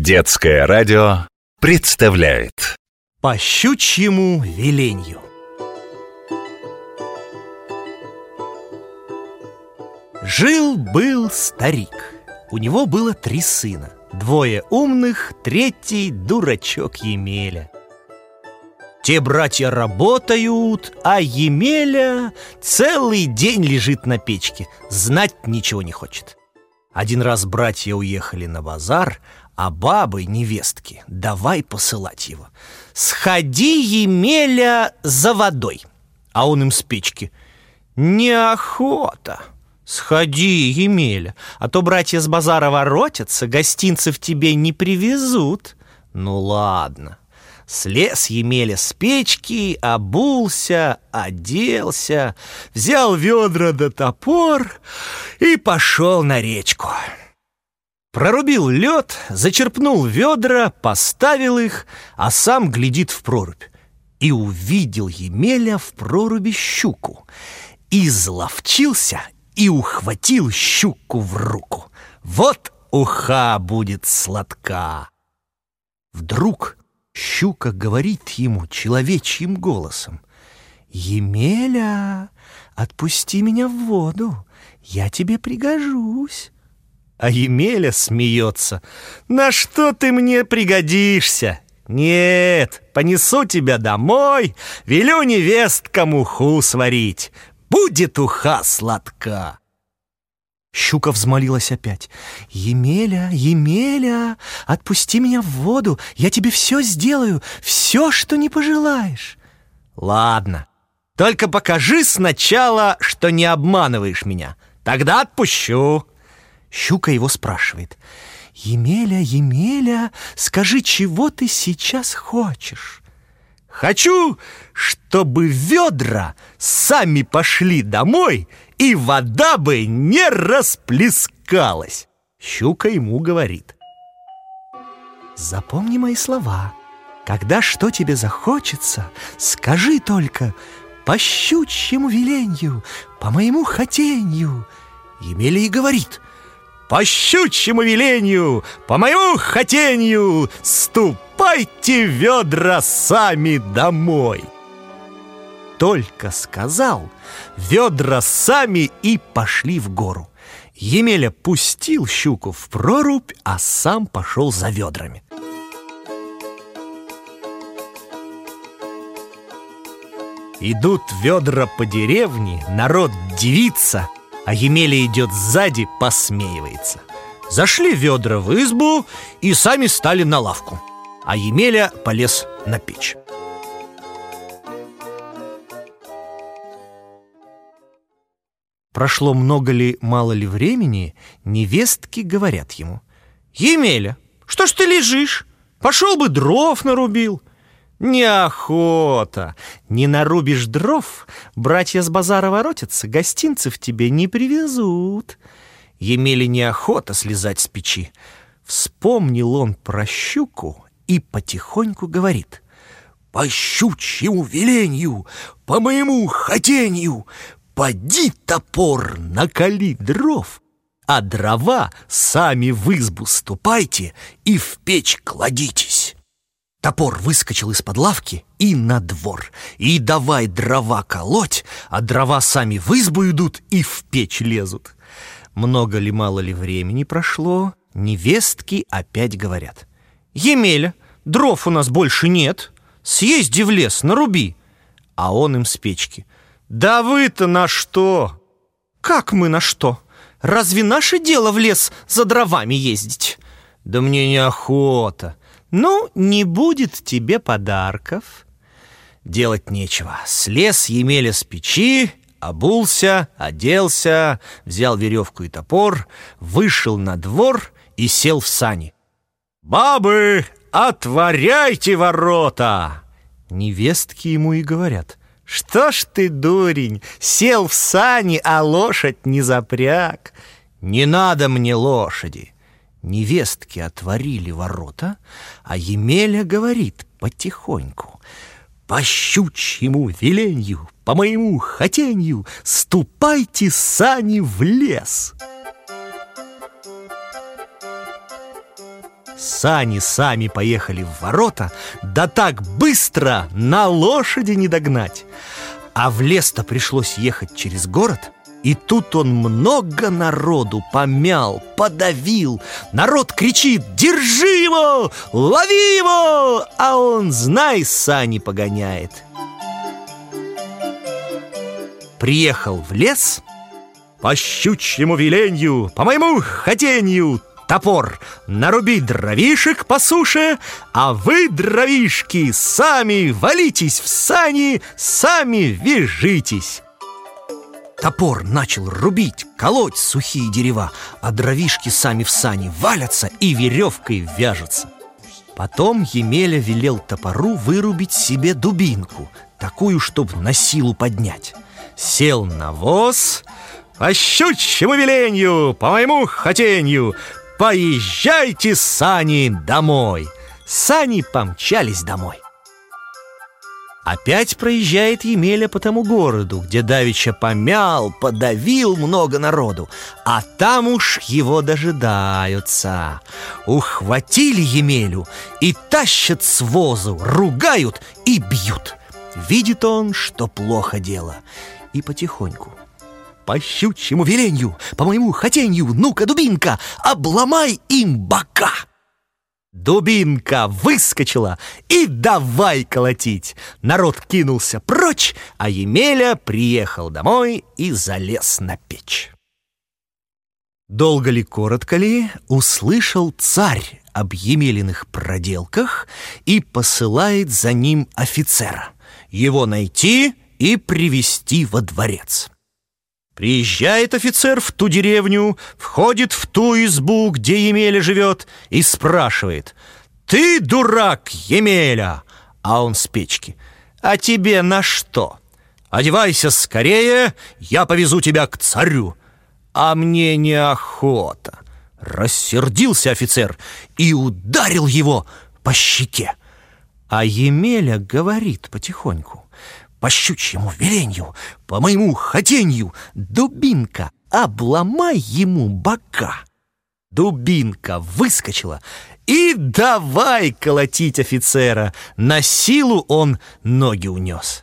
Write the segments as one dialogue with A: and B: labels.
A: Детское радио представляет
B: По щучьему веленью. Жил-был старик. У него было 3 сына. 2 умных, 3 дурачок Емеля. Те братья работают, а Емеля целый день лежит на печке, знать ничего не хочет. Один раз братья уехали на базар, а бабы, невестки, давай посылать его. «Сходи, Емеля, за водой». А он им с печки: «Неохота». «Сходи, Емеля, а то братья с базара воротятся, гостинцев тебе не привезут». «Ну ладно». Слез Емеля с печки, обулся, оделся, взял ведра да топор и пошел на речку. Прорубил лед, зачерпнул ведра, поставил их, а сам глядит в прорубь. И увидел Емеля в проруби щуку. Изловчился и ухватил щуку в руку. Вот уха будет сладка. Вдруг щука говорит ему человечьим голосом: «Емеля, отпусти меня в воду, я тебе пригожусь». А Емеля смеется: «На что ты мне пригодишься? Нет, понесу тебя домой, велю невесткам уху сварить, будет уха сладка». Щука взмолилась опять: «Емеля, Емеля, отпусти меня в воду, я тебе все сделаю, все, что не пожелаешь». «Ладно, только покажи сначала, что не обманываешь меня, тогда отпущу». Щука его спрашивает: «Емеля, Емеля, скажи, чего ты сейчас хочешь?» «Хочу, чтобы ведра сами пошли домой, и вода бы не расплескалась». Щука ему говорит: «Запомни мои слова. Когда что тебе захочется, скажи только: по щучьему веленью, по моему хотенью». Емеля и говорит: «По щучьему веленью, по моему хотенью, ступайте ведра сами домой». Только сказал, ведра сами и пошли в гору. Емеля пустил щуку в прорубь, а сам пошел за ведрами. Идут ведра по деревне, народ дивится, а Емеля идет сзади, посмеивается. Зашли ведра в избу и сами стали на лавку, а Емеля полез на печь. Прошло много ли, мало ли времени, невестки говорят ему: «Емеля, что ж ты лежишь? Пошел бы дров нарубил». «Неохота. Не нарубишь дров, братья с базара воротятся, гостинцев тебе не привезут». Емеле неохота слезать с печи. Вспомнил он про щуку и потихоньку говорит: «По щучьему веленью, по моему хотенью, поди, топор, накали дров, а дрова сами в избу ступайте и в печь кладитесь». Топор выскочил из-под лавки и на двор, и давай дрова колоть, а дрова сами в избу идут и в печь лезут. Много ли, мало ли времени прошло, невестки опять говорят: «Емеля, дров у нас больше нет, съезди в лес, наруби». А он им с печки: «Да вы-то на что?» «Как мы на что? Разве наше дело в лес за дровами ездить?» «Да мне неохота». «Ну, не будет тебе подарков». Делать нечего. Слез Емеля с печи, обулся, оделся, взял веревку и топор, вышел на двор и сел в сани. «Бабы, отворяйте ворота!» Невестки ему и говорят: «Что ж ты, дурень, сел в сани, а лошадь не запряг?» «Не надо мне лошади». Невестки отворили ворота, а Емеля говорит потихоньку: «По щучьему веленью, по моему хотенью, ступайте сани в лес». Сани сами поехали в ворота, да так быстро на лошади не догнать. А в лес-то пришлось ехать через город, и тут он много народу помял, подавил. Народ кричит: «Держи его! Лови его!» А он, знай, сани погоняет. Приехал в лес, по щучьему веленью, по моему хотенью, топор, наруби дровишек по суше, а вы, дровишки, сами валитесь в сани, сами вяжитесь. Топор начал рубить, колоть сухие дерева, а дровишки сами в сани валятся и веревкой вяжутся. Потом Емеля велел топору вырубить себе дубинку, такую, чтоб на силу поднять. Сел на воз, по щучьему веленью, по моему хотенью, поезжайте, сани, домой. Сани помчались домой. Опять проезжает Емеля по тому городу, где давеча помял, подавил много народу, а там уж его дожидаются. Ухватили Емелю и тащат с возу, ругают и бьют. Видит он, что плохо дело, и потихоньку: по щучьему веленью, по моему хотенью, ну-ка, дубинка, обломай им бока. Дубинка выскочила и давай колотить. Народ кинулся прочь, а Емеля приехал домой и залез на печь. Долго ли, коротко ли, услышал царь об Емелиных проделках и посылает за ним офицера. Его найти и привести во дворец. Приезжает офицер в ту деревню, входит в ту избу, где Емеля живет, и спрашивает: «Ты дурак, Емеля?» А он с печки: «А тебе на что? Одевайся скорее, я повезу тебя к царю». «А мне неохота». Рассердился офицер и ударил его по щеке. А Емеля говорит потихоньку: по щучьему веленью, по моему хотенью, дубинка, обломай ему бока. Дубинка выскочила и давай колотить офицера. На силу он ноги унес.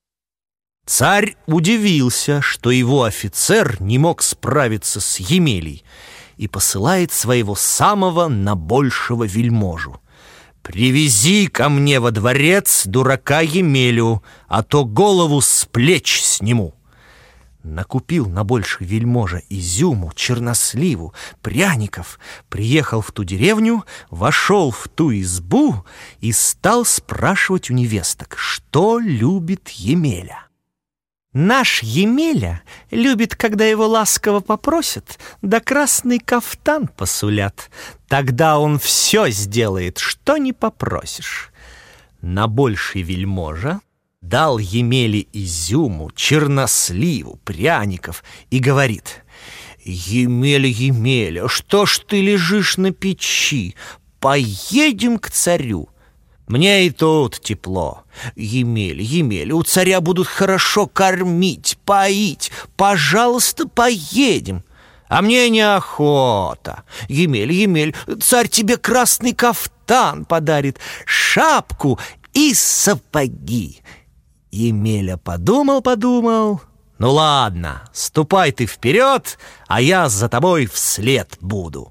B: Царь удивился, что его офицер не мог справиться с Емелей, и посылает своего самого набольшего вельможу: «Привези ко мне во дворец дурака Емелю, а то голову с плеч сниму». Накупил набольший вельможа изюму, черносливу, пряников, приехал в ту деревню, вошел в ту избу и стал спрашивать у невесток, что любит Емеля. «Наш Емеля любит, когда его ласково попросят, да красный кафтан посулят. Тогда он все сделает, что не попросишь». Набольший вельможа дал Емеле изюму, черносливу, пряников и говорит: «Емеля, Емеля, что ж ты лежишь на печи? Поедем к царю». «Мне и тут тепло. Емеля, Емеля, у царя будут хорошо кормить, поить. Пожалуйста, поедем». «А мне неохота. Емель, Емель, царь тебе красный кафтан подарит, шапку и сапоги». Емеля подумал. «Ну ладно, ступай ты вперед, а я за тобой вслед буду».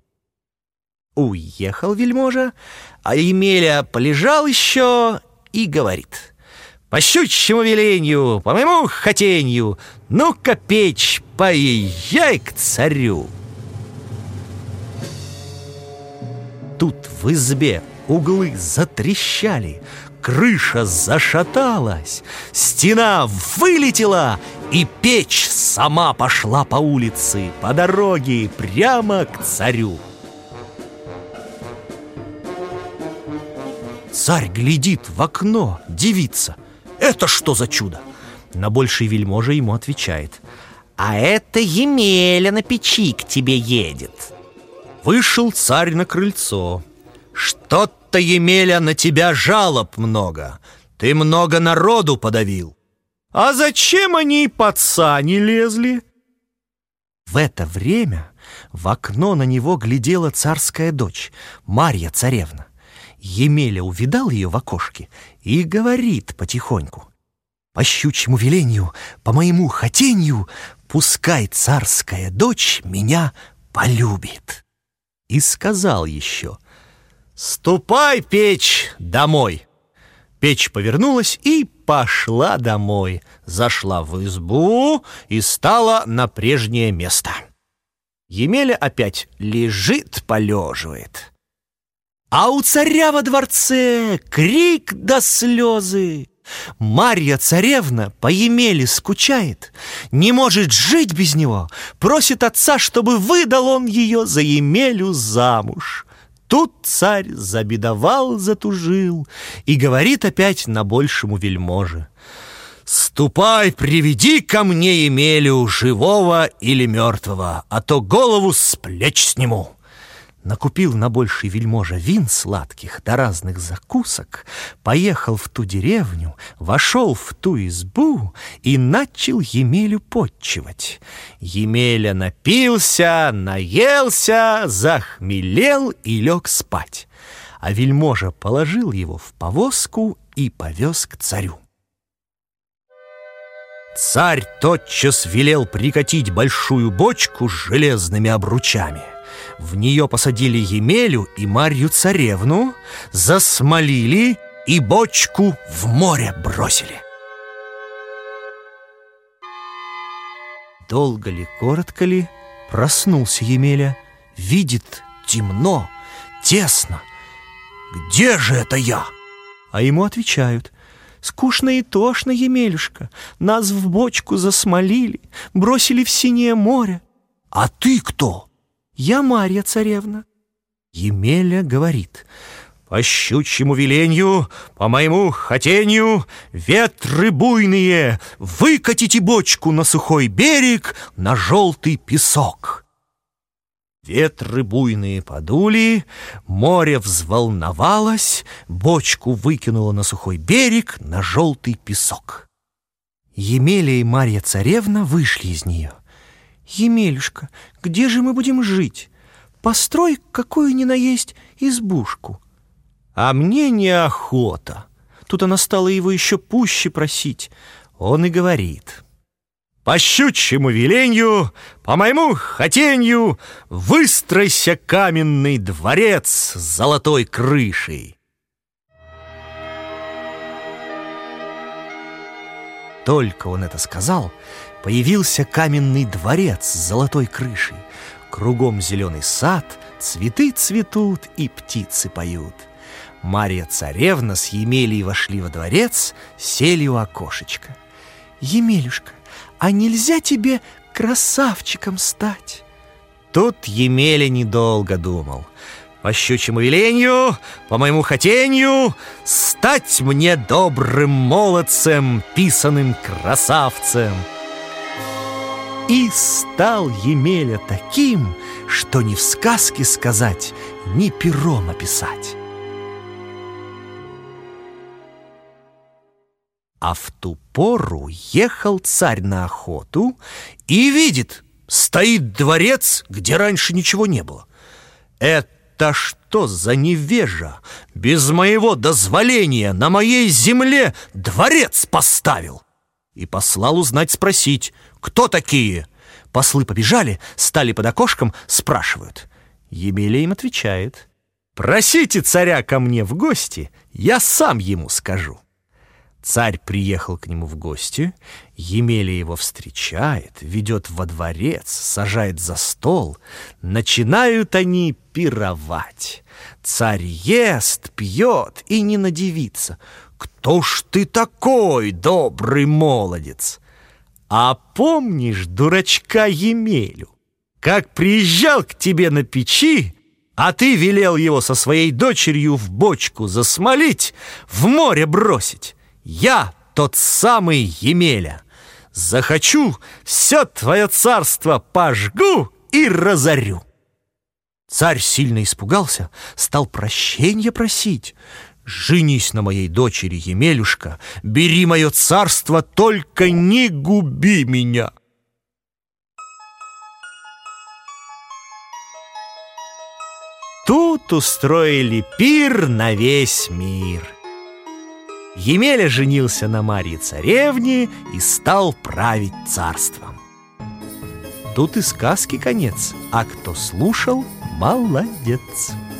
B: Уехал вельможа, а Емеля полежал еще и говорит: «По щучьему веленью, по моему хотенью, ну-ка, печь, поезжай к царю». Тут в избе углы затрещали, крыша зашаталась, стена вылетела, и печь сама пошла по улице, по дороге прямо к царю. Царь глядит в окно, дивится: «Это что за чудо?» Набольший вельможа ему отвечает: «А это Емеля на печи к тебе едет». Вышел царь на крыльцо. «Что-то, Емеля, на тебя жалоб много. Ты много народу подавил». «А зачем они под сани лезли?» В это время В окно на него глядела царская дочь, Марья царевна. Емеля увидал ее в окошке и говорит потихоньку: «По щучьему велению, по моему хотению, пускай царская дочь меня полюбит». И сказал еще: «Ступай, печь, домой». Печь повернулась и пошла домой, зашла в избу и стала на прежнее место. Емеля опять лежит, полеживает. А у царя во дворце крик да слезы. Марья царевна по Емеле скучает, не может жить без него, просит отца, чтобы выдал он ее за Емелю замуж. Тут царь забедовал, затужил и говорит опять на большему вельможе: «Ступай, приведи ко мне Емелю, живого или мертвого, а то голову с плеч сниму». Накупил на больший вельможа вин сладких да разных закусок, поехал в ту деревню, вошел в ту избу и начал Емелю потчевать. Емеля напился, наелся, захмелел и лег спать, а вельможа положил его в повозку и повез к царю. Царь тотчас велел прикатить большую бочку с железными обручами. В нее посадили Емелю и Марью царевну, засмолили и бочку в море бросили. Долго ли, коротко ли, проснулся Емеля, видит темно, тесно. «Где же это я?» А ему отвечают: «Скучно и тошно, Емелюшка, нас в бочку засмолили, бросили в синее море». «А ты кто?» «Я Марья царевна». Емеля говорит: «По щучьему веленью, по моему хотению, ветры буйные, выкатите бочку на сухой берег, на желтый песок». Ветры буйные подули, море взволновалось, бочку выкинуло на сухой берег, на желтый песок. Емеля и Марья царевна вышли из нее. «Емелюшка, где же мы будем жить? Построй какую ни на есть избушку». «А мне неохота». Тут она стала его еще пуще просить. Он и говорит: «По щучьему веленью, по моему хотенью, выстройся каменный дворец с золотой крышей». Только он это сказал, появился каменный дворец с золотой крышей. Кругом зеленый сад, цветы цветут и птицы поют. Марья царевна с Емелей вошли во дворец, сели у окошечка. «Емелюшка, а нельзя тебе красавчиком стать?» Тут Емеля недолго думал. «По щучьему веленью, по моему хотению, стать мне добрым молодцем, писаным красавцем». И стал Емеля таким, что ни в сказке сказать, ни пером описать. А в ту пору ехал царь на охоту и видит, стоит дворец, где раньше ничего не было. «Это что за невежа без моего дозволения на моей земле дворец поставил?» И послал узнать, спросить, кто такие. Послы побежали, стали под окошком, спрашивают. Емеля им отвечает: «Просите царя ко мне в гости, я сам ему скажу». Царь приехал к нему в гости, Емеля его встречает, ведет во дворец, сажает за стол. Начинают они пировать. Царь ест, пьет и не надивится. «Кто ж ты такой, добрый молодец?» «А помнишь дурачка Емелю, как приезжал к тебе на печи, а ты велел его со своей дочерью в бочку засмолить, в море бросить? Я тот самый Емеля. Захочу, все твое царство пожгу и разорю». Царь сильно испугался, стал прощенья просить. «Женись на моей дочери, Емелюшка, бери мое царство, только не губи меня». Тут устроили пир на весь мир. Емеля женился на Марье царевне и стал править царством. Тут и сказки конец, а кто слушал, молодец.